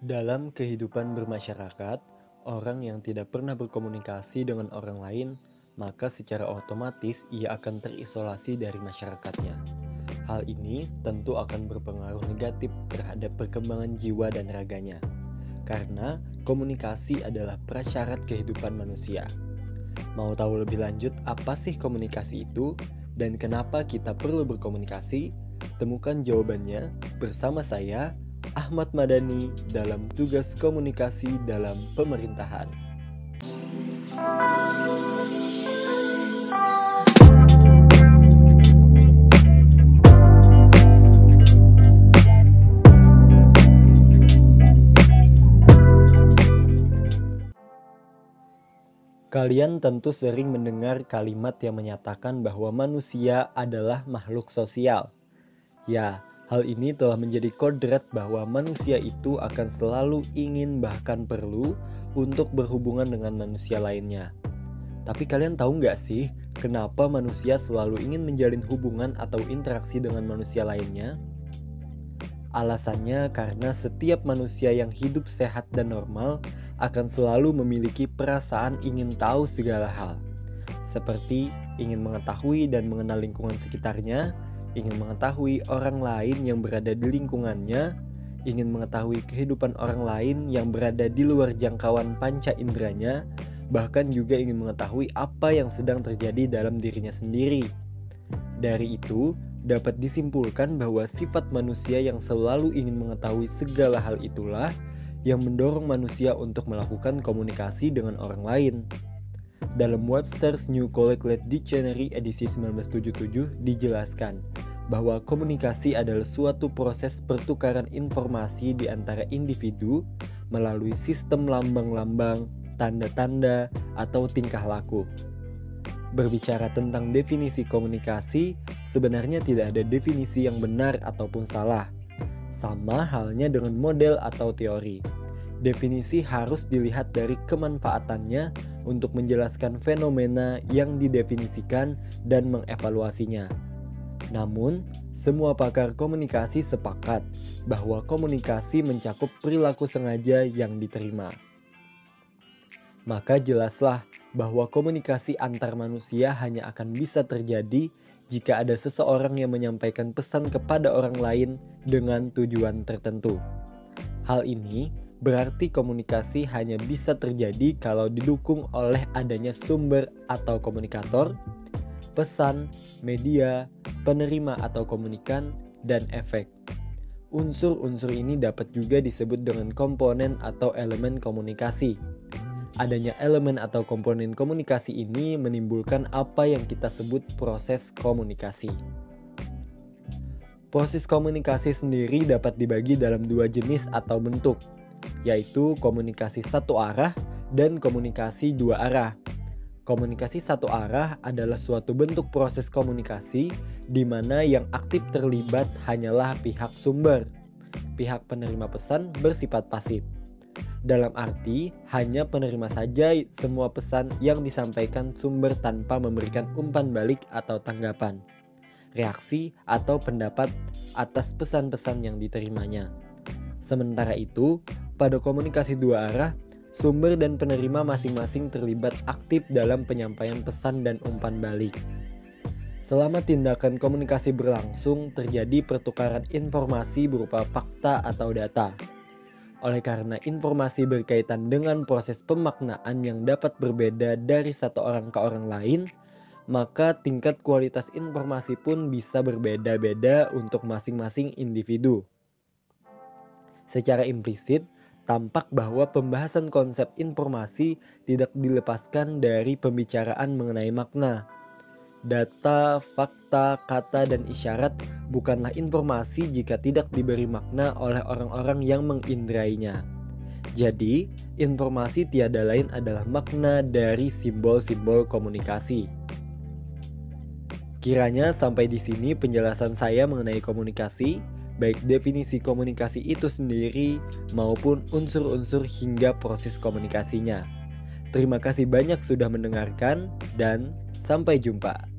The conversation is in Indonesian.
Dalam kehidupan bermasyarakat, orang yang tidak pernah berkomunikasi dengan orang lain, maka secara otomatis ia akan terisolasi dari masyarakatnya. Hal ini tentu akan berpengaruh negatif terhadap perkembangan jiwa dan raganya, karena komunikasi adalah prasyarat kehidupan manusia. Mau tahu lebih lanjut apa sih komunikasi itu dan kenapa kita perlu berkomunikasi? Temukan jawabannya bersama saya, Ahmad Madani, dalam tugas komunikasi dalam pemerintahan. Kalian tentu sering mendengar kalimat yang menyatakan bahwa manusia adalah makhluk sosial. Ya, hal ini telah menjadi kodrat bahwa manusia itu akan selalu ingin bahkan perlu untuk berhubungan dengan manusia lainnya. Tapi kalian tahu nggak sih, kenapa manusia selalu ingin menjalin hubungan atau interaksi dengan manusia lainnya? Alasannya karena setiap manusia yang hidup sehat dan normal akan selalu memiliki perasaan ingin tahu segala hal. Seperti ingin mengetahui dan mengenal lingkungan sekitarnya, ingin mengetahui orang lain yang berada di lingkungannya, ingin mengetahui kehidupan orang lain yang berada di luar jangkauan panca inderanya, bahkan juga ingin mengetahui apa yang sedang terjadi dalam dirinya sendiri. Dari itu, dapat disimpulkan bahwa sifat manusia yang selalu ingin mengetahui segala hal itulah yang mendorong manusia untuk melakukan komunikasi dengan orang lain. Dalam Webster's New Colloquial Dictionary edisi 1977 dijelaskan bahwa komunikasi adalah suatu proses pertukaran informasi di antara individu melalui sistem lambang-lambang, tanda-tanda, atau tingkah laku. Berbicara tentang definisi komunikasi, sebenarnya tidak ada definisi yang benar ataupun salah. Sama halnya dengan model atau teori. Definisi harus dilihat dari kemanfaatannya untuk menjelaskan fenomena yang didefinisikan dan mengevaluasinya. Namun, semua pakar komunikasi sepakat bahwa komunikasi mencakup perilaku sengaja yang diterima. Maka jelaslah bahwa komunikasi antar manusia hanya akan bisa terjadi jika ada seseorang yang menyampaikan pesan kepada orang lain dengan tujuan tertentu. Hal ini berarti komunikasi hanya bisa terjadi kalau didukung oleh adanya sumber atau komunikator, pesan, media, penerima atau komunikan, dan efek. Unsur-unsur ini dapat juga disebut dengan komponen atau elemen komunikasi. Adanya elemen atau komponen komunikasi ini menimbulkan apa yang kita sebut proses komunikasi. Proses komunikasi sendiri dapat dibagi dalam dua jenis atau bentuk, yaitu komunikasi satu arah dan komunikasi dua arah. Komunikasi satu arah adalah suatu bentuk proses komunikasi di mana yang aktif terlibat hanyalah pihak sumber. Pihak penerima pesan bersifat pasif. Dalam arti, hanya penerima saja semua pesan yang disampaikan sumber tanpa memberikan umpan balik atau tanggapan, reaksi atau pendapat atas pesan-pesan yang diterimanya. Sementara itu, pada komunikasi dua arah, sumber dan penerima masing-masing terlibat aktif dalam penyampaian pesan dan umpan balik. Selama tindakan komunikasi berlangsung, terjadi pertukaran informasi berupa fakta atau data. Oleh karena informasi berkaitan dengan proses pemaknaan yang dapat berbeda dari satu orang ke orang lain, maka tingkat kualitas informasi pun bisa berbeda-beda untuk masing-masing individu. Secara implisit, tampak bahwa pembahasan konsep informasi tidak dilepaskan dari pembicaraan mengenai makna. Data, fakta, kata, dan isyarat bukanlah informasi jika tidak diberi makna oleh orang-orang yang menginderainya. Jadi, informasi tiada lain adalah makna dari simbol-simbol komunikasi. Kiranya sampai di sini penjelasan saya mengenai komunikasi, baik definisi komunikasi itu sendiri maupun unsur-unsur hingga proses komunikasinya. Terima kasih banyak sudah mendengarkan dan sampai jumpa.